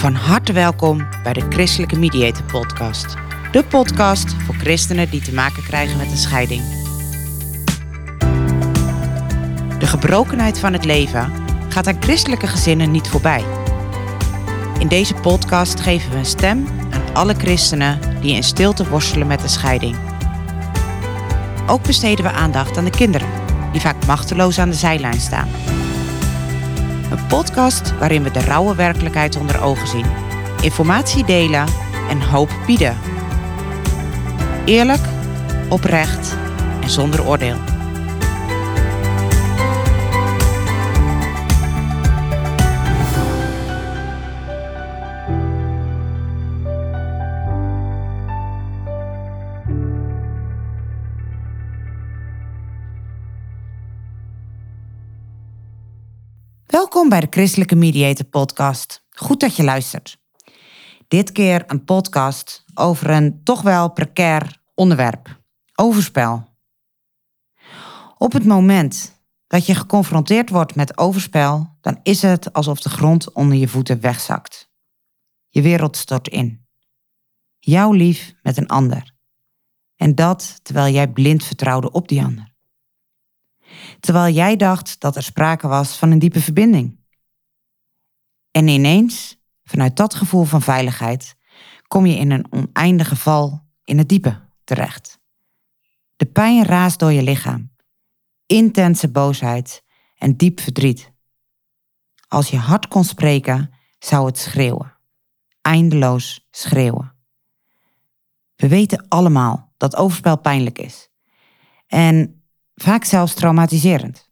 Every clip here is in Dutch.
Van harte welkom bij de Christelijke Mediator Podcast. De podcast voor christenen die te maken krijgen met een scheiding. De gebrokenheid van het leven gaat aan christelijke gezinnen niet voorbij. In deze podcast geven we een stem aan alle christenen die in stilte worstelen met een scheiding. Ook besteden we aandacht aan de kinderen, die vaak machteloos aan de zijlijn staan. Een podcast waarin we de rauwe werkelijkheid onder ogen zien, informatie delen en hoop bieden. Eerlijk, oprecht en zonder oordeel. Welkom bij de Christelijke Mediator Podcast. Goed dat je luistert. Dit keer een podcast over een toch wel precair onderwerp. Overspel. Op het moment dat je geconfronteerd wordt met overspel, dan is het alsof de grond onder je voeten wegzakt. Je wereld stort in. Jouw lief met een ander. En dat terwijl jij blind vertrouwde op die ander. Terwijl jij dacht dat er sprake was van een diepe verbinding. En ineens, vanuit dat gevoel van veiligheid, kom je in een oneindige val in het diepe terecht. De pijn raast door je lichaam. Intense boosheid en diep verdriet. Als je hart kon spreken, zou het schreeuwen. Eindeloos schreeuwen. We weten allemaal dat overspel pijnlijk is. En vaak zelfs traumatiserend.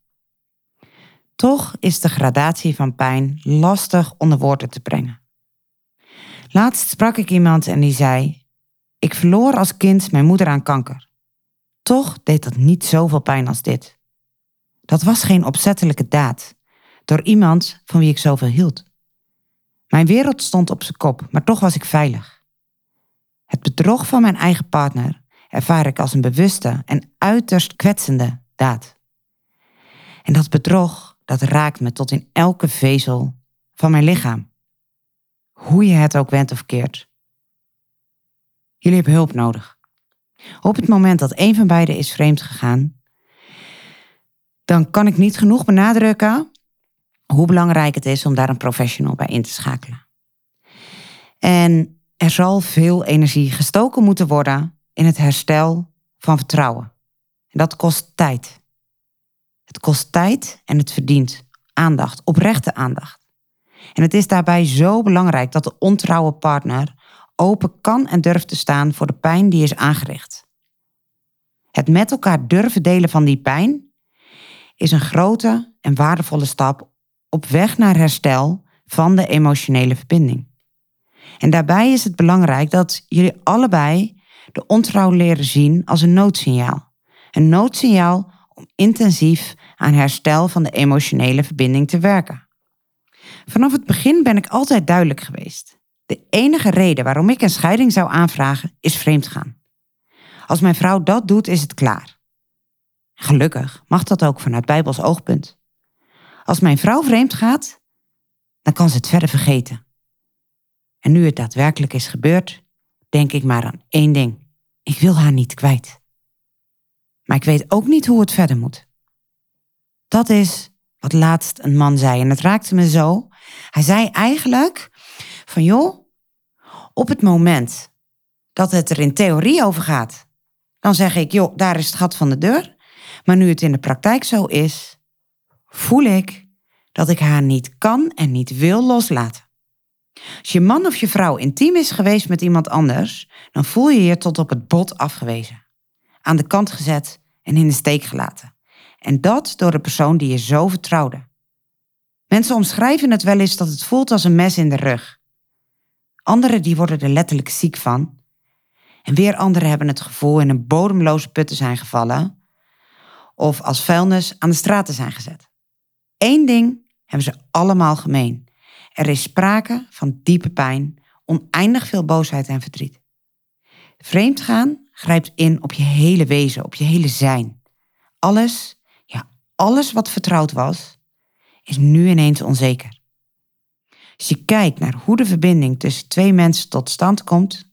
Toch is de gradatie van pijn lastig onder woorden te brengen. Laatst sprak ik iemand en die zei: ik verloor als kind mijn moeder aan kanker. Toch deed dat niet zoveel pijn als dit. Dat was geen opzettelijke daad, door iemand van wie ik zoveel hield. Mijn wereld stond op zijn kop, maar toch was ik veilig. Het bedrog van mijn eigen partner ervaar ik als een bewuste en uiterst kwetsende daad. En dat bedrog, dat raakt me tot in elke vezel van mijn lichaam. Hoe je het ook wendt of keert. Jullie hebben hulp nodig. Op het moment dat een van beiden is vreemd gegaan, dan kan ik niet genoeg benadrukken hoe belangrijk het is om daar een professional bij in te schakelen. En er zal veel energie gestoken moeten worden in het herstel van vertrouwen. En dat kost tijd. Het kost tijd en het verdient aandacht, oprechte aandacht. En het is daarbij zo belangrijk dat de ontrouwe partner open kan en durft te staan voor de pijn die is aangericht. Het met elkaar durven delen van die pijn is een grote en waardevolle stap op weg naar herstel van de emotionele verbinding. En daarbij is het belangrijk dat jullie allebei de ontrouw leren zien als een noodsignaal. Een noodsignaal om intensief aan herstel van de emotionele verbinding te werken. Vanaf het begin ben ik altijd duidelijk geweest. De enige reden waarom ik een scheiding zou aanvragen is vreemdgaan. Als mijn vrouw dat doet, is het klaar. Gelukkig mag dat ook vanuit Bijbels oogpunt. Als mijn vrouw vreemd gaat, dan kan ze het verder vergeten. En nu het daadwerkelijk is gebeurd, denk ik maar aan één ding. Ik wil haar niet kwijt. Maar ik weet ook niet hoe het verder moet. Dat is wat laatst een man zei en het raakte me zo. Hij zei eigenlijk van joh, op het moment dat het er in theorie over gaat, dan zeg ik joh, daar is het gat van de deur. Maar nu het in de praktijk zo is, voel ik dat ik haar niet kan en niet wil loslaten. Als je man of je vrouw intiem is geweest met iemand anders, dan voel je je tot op het bot afgewezen. Aan de kant gezet en in de steek gelaten. En dat door de persoon die je zo vertrouwde. Mensen omschrijven het wel eens dat het voelt als een mes in de rug. Anderen die worden er letterlijk ziek van. En weer anderen hebben het gevoel in een bodemloze put te zijn gevallen. Of als vuilnis aan de straat te zijn gezet. Eén ding hebben ze allemaal gemeen. Er is sprake van diepe pijn, oneindig veel boosheid en verdriet. Vreemdgaan grijpt in op je hele wezen, op je hele zijn. Alles wat vertrouwd was, is nu ineens onzeker. Als je kijkt naar hoe de verbinding tussen twee mensen tot stand komt,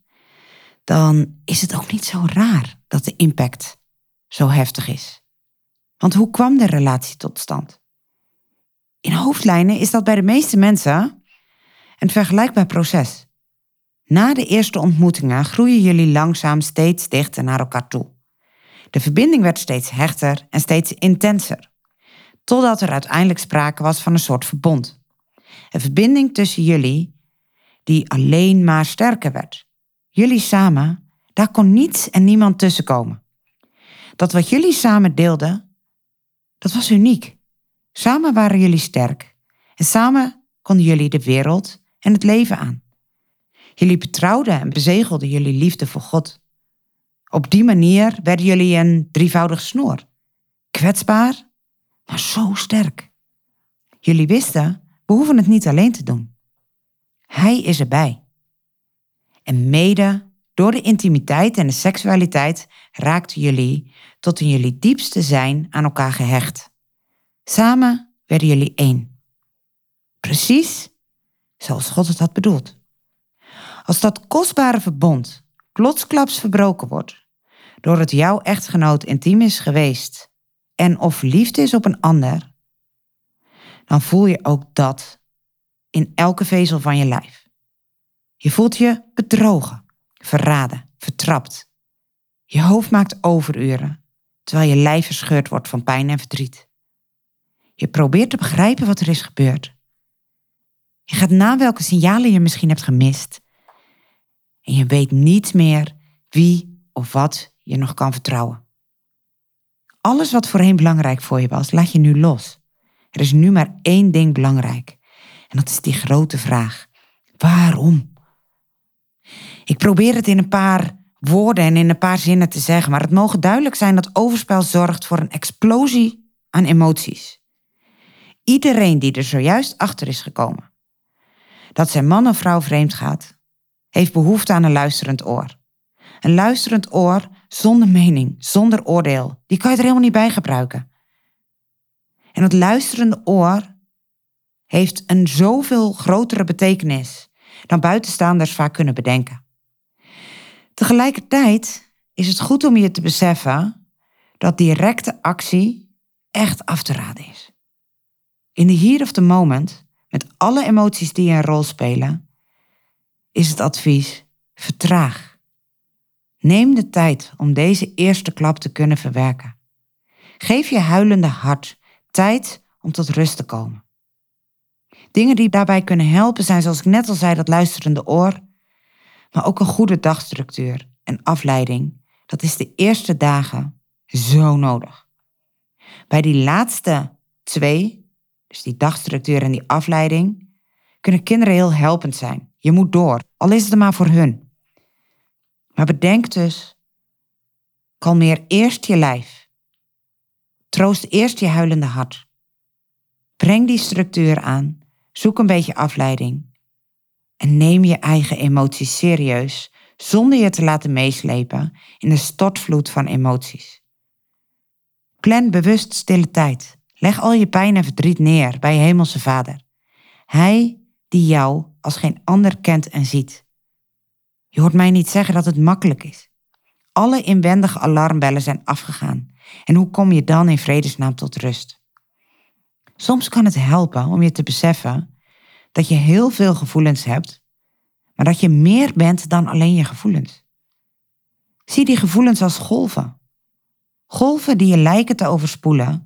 dan is het ook niet zo raar dat de impact zo heftig is. Want hoe kwam de relatie tot stand? In hoofdlijnen is dat bij de meeste mensen een vergelijkbaar proces. Na de eerste ontmoetingen groeien jullie langzaam steeds dichter naar elkaar toe. De verbinding werd steeds hechter en steeds intenser, totdat er uiteindelijk sprake was van een soort verbond. Een verbinding tussen jullie die alleen maar sterker werd. Jullie samen, daar kon niets en niemand tussenkomen. Dat wat jullie samen deelden, dat was uniek. Samen waren jullie sterk en samen konden jullie de wereld en het leven aan. Jullie betrouwden en bezegelden jullie liefde voor God. Op die manier werden jullie een drievoudig snoer. Kwetsbaar, maar zo sterk. Jullie wisten, we hoeven het niet alleen te doen. Hij is erbij. En mede door de intimiteit en de seksualiteit raakten jullie tot in jullie diepste zijn aan elkaar gehecht. Samen werden jullie één. Precies zoals God het had bedoeld. Als dat kostbare verbond plotsklaps verbroken wordt, doordat jouw echtgenoot intiem is geweest en of verliefd is op een ander, dan voel je ook dat in elke vezel van je lijf. Je voelt je bedrogen, verraden, vertrapt. Je hoofd maakt overuren, terwijl je lijf verscheurd wordt van pijn en verdriet. Je probeert te begrijpen wat er is gebeurd. Je gaat na welke signalen je misschien hebt gemist. En je weet niet meer wie of wat je nog kan vertrouwen. Alles wat voorheen belangrijk voor je was, laat je nu los. Er is nu maar één ding belangrijk. En dat is die grote vraag. Waarom? Ik probeer het in een paar woorden en in een paar zinnen te zeggen, maar het mogen duidelijk zijn dat overspel zorgt voor een explosie aan emoties. Iedereen die er zojuist achter is gekomen dat zijn man of vrouw vreemd gaat, heeft behoefte aan een luisterend oor. Een luisterend oor zonder mening, zonder oordeel. Die kan je er helemaal niet bij gebruiken. En dat luisterende oor heeft een zoveel grotere betekenis dan buitenstaanders vaak kunnen bedenken. Tegelijkertijd is het goed om je te beseffen dat directe actie echt af te raden is. In the heat of the moment, met alle emoties die een rol spelen, is het advies: vertraag. Neem de tijd om deze eerste klap te kunnen verwerken. Geef je huilende hart tijd om tot rust te komen. Dingen die daarbij kunnen helpen zijn, zoals ik net al zei, dat luisterende oor, maar ook een goede dagstructuur en afleiding. Dat is de eerste dagen zo nodig. Bij die laatste 2, dus die dagstructuur en die afleiding, kunnen kinderen heel helpend zijn. Je moet door, al is het er maar voor hun. Maar bedenk dus, kalmeer eerst je lijf. Troost eerst je huilende hart. Breng die structuur aan, zoek een beetje afleiding. En neem je eigen emoties serieus, zonder je te laten meeslepen in de stortvloed van emoties. Plan bewust stille tijd. Leg al je pijn en verdriet neer bij je hemelse Vader. Hij die jou als geen ander kent en ziet. Je hoort mij niet zeggen dat het makkelijk is. Alle inwendige alarmbellen zijn afgegaan. En hoe kom je dan in vredesnaam tot rust? Soms kan het helpen om je te beseffen dat je heel veel gevoelens hebt, maar dat je meer bent dan alleen je gevoelens. Zie die gevoelens als golven. Golven die je lijken te overspoelen.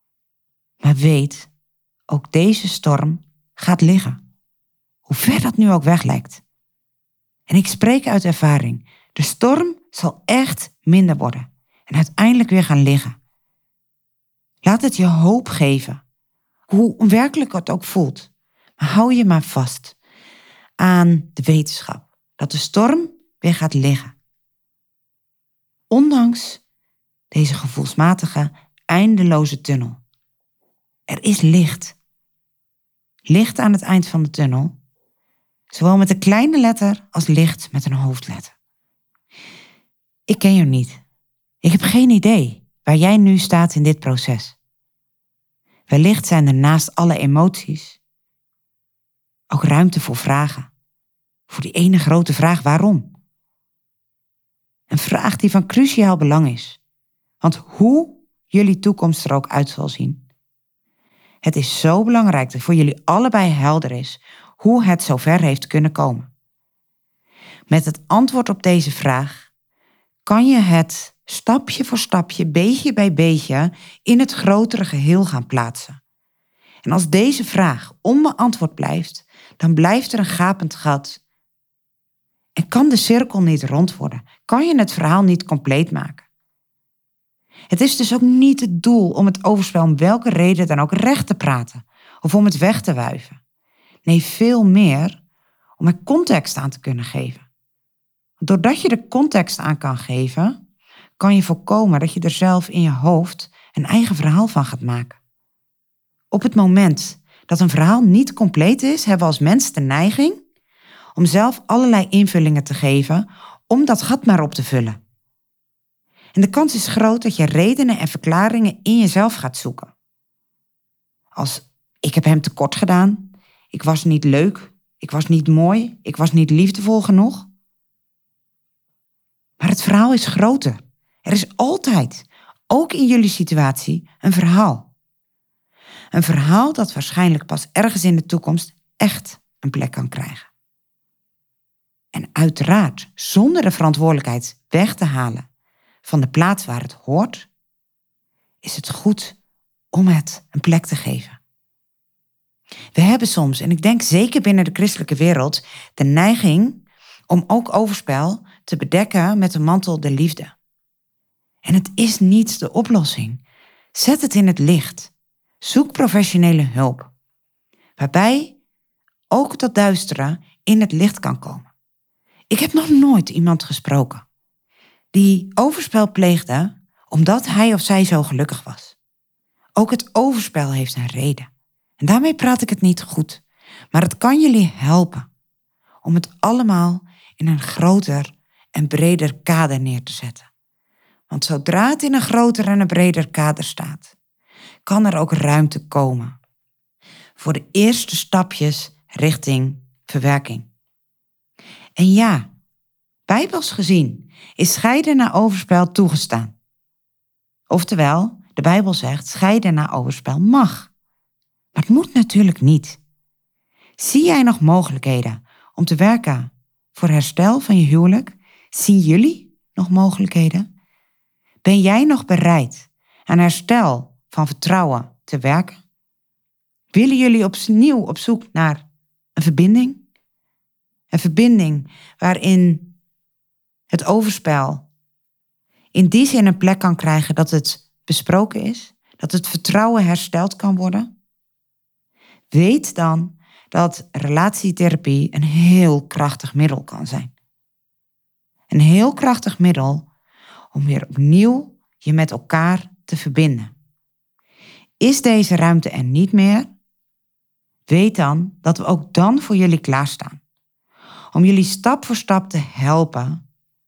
Maar weet, ook deze storm gaat liggen. Hoe ver dat nu ook weg lijkt. En ik spreek uit ervaring. De storm zal echt minder worden en uiteindelijk weer gaan liggen. Laat het je hoop geven, hoe onwerkelijk het ook voelt. Maar hou je maar vast aan de wetenschap dat de storm weer gaat liggen. Ondanks deze gevoelsmatige, eindeloze tunnel. Er is licht. Licht aan het eind van de tunnel. Zowel met een kleine letter als licht met een hoofdletter. Ik ken jou niet. Ik heb geen idee waar jij nu staat in dit proces. Wellicht zijn er naast alle emoties ook ruimte voor vragen. Voor die ene grote vraag, waarom? Een vraag die van cruciaal belang is. Want hoe jullie toekomst er ook uit zal zien. Het is zo belangrijk dat voor jullie allebei helder is hoe het zover heeft kunnen komen. Met het antwoord op deze vraag kan je het stapje voor stapje, beetje bij beetje in het grotere geheel gaan plaatsen. En als deze vraag onbeantwoord blijft, dan blijft er een gapend gat. En kan de cirkel niet rond worden, kan je het verhaal niet compleet maken. Het is dus ook niet het doel om het overspel om welke reden dan ook recht te praten of om het weg te wuiven. Nee, veel meer om er context aan te kunnen geven. Doordat je er context aan kan geven, kan je voorkomen dat je er zelf in je hoofd een eigen verhaal van gaat maken. Op het moment dat een verhaal niet compleet is, hebben we als mens de neiging om zelf allerlei invullingen te geven om dat gat maar op te vullen. En de kans is groot dat je redenen en verklaringen in jezelf gaat zoeken. Als, ik heb hem tekort gedaan, ik was niet leuk, ik was niet mooi, ik was niet liefdevol genoeg. Maar het verhaal is groter. Er is altijd, ook in jullie situatie, een verhaal. Een verhaal dat waarschijnlijk pas ergens in de toekomst echt een plek kan krijgen. En uiteraard, zonder de verantwoordelijkheid weg te halen van de plaats waar het hoort, is het goed om het een plek te geven. We hebben soms, en ik denk zeker binnen de christelijke wereld, de neiging om ook overspel te bedekken met de mantel der liefde. En het is niet de oplossing. Zet het in het licht. Zoek professionele hulp. Waarbij ook dat duistere in het licht kan komen. Ik heb nog nooit iemand gesproken die overspel pleegde omdat hij of zij zo gelukkig was. Ook het overspel heeft een reden. En daarmee praat ik het niet goed. Maar het kan jullie helpen om het allemaal in een groter en breder kader neer te zetten. Want zodra het in een groter en een breder kader staat, kan er ook ruimte komen voor de eerste stapjes richting verwerking. En ja, bijbels gezien is scheiden na overspel toegestaan. Oftewel, de Bijbel zegt, scheiden na overspel mag. Maar het moet natuurlijk niet. Zie jij nog mogelijkheden om te werken voor herstel van je huwelijk? Zien jullie nog mogelijkheden? Ben jij nog bereid aan herstel van vertrouwen te werken? Willen jullie opnieuw op zoek naar een verbinding? Een verbinding waarin het overspel in die zin een plek kan krijgen dat het besproken is, dat het vertrouwen hersteld kan worden. Weet dan dat relatietherapie een heel krachtig middel kan zijn. Een heel krachtig middel om weer opnieuw je met elkaar te verbinden. Is deze ruimte er niet meer? Weet dan dat we ook dan voor jullie klaarstaan. Om jullie stap voor stap te helpen.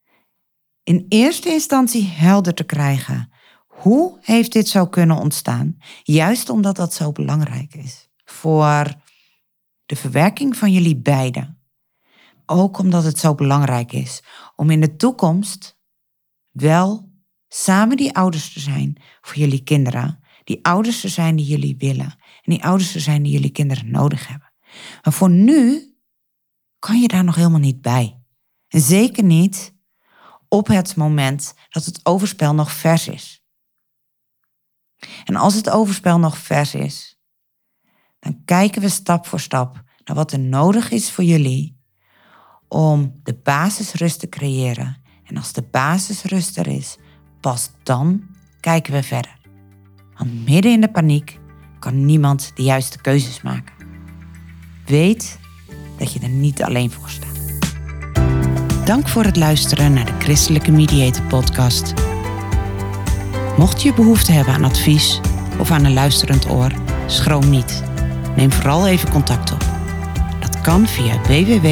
In eerste instantie helder te krijgen. Hoe heeft dit zo kunnen ontstaan? Juist omdat dat zo belangrijk is. Voor de verwerking van jullie beiden. Ook omdat het zo belangrijk is om in de toekomst wel samen die ouders te zijn voor jullie kinderen. Die ouders te zijn die jullie willen. En die ouders te zijn die jullie kinderen nodig hebben. Maar voor nu kan je daar nog helemaal niet bij. En zeker niet op het moment dat het overspel nog vers is. En als het overspel nog vers is, dan kijken we stap voor stap naar wat er nodig is voor jullie om de basisrust te creëren. En als de basisrust er is, pas dan kijken we verder. Want midden in de paniek kan niemand de juiste keuzes maken. Weet dat je er niet alleen voor staat. Dank voor het luisteren naar de Christelijke Mediator podcast. Mocht je behoefte hebben aan advies of aan een luisterend oor, schroom niet. Neem vooral even contact op. Dat kan via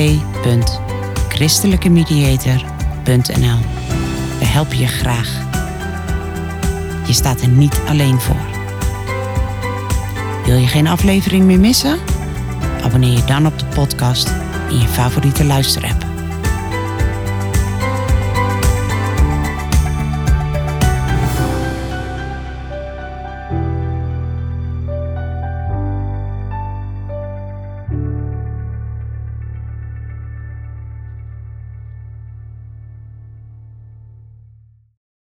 www.christelijkemediator.nl. We helpen je graag. Je staat er niet alleen voor. Wil je geen aflevering meer missen? Abonneer abonneer je dan op de podcast in je favoriete luisterapp.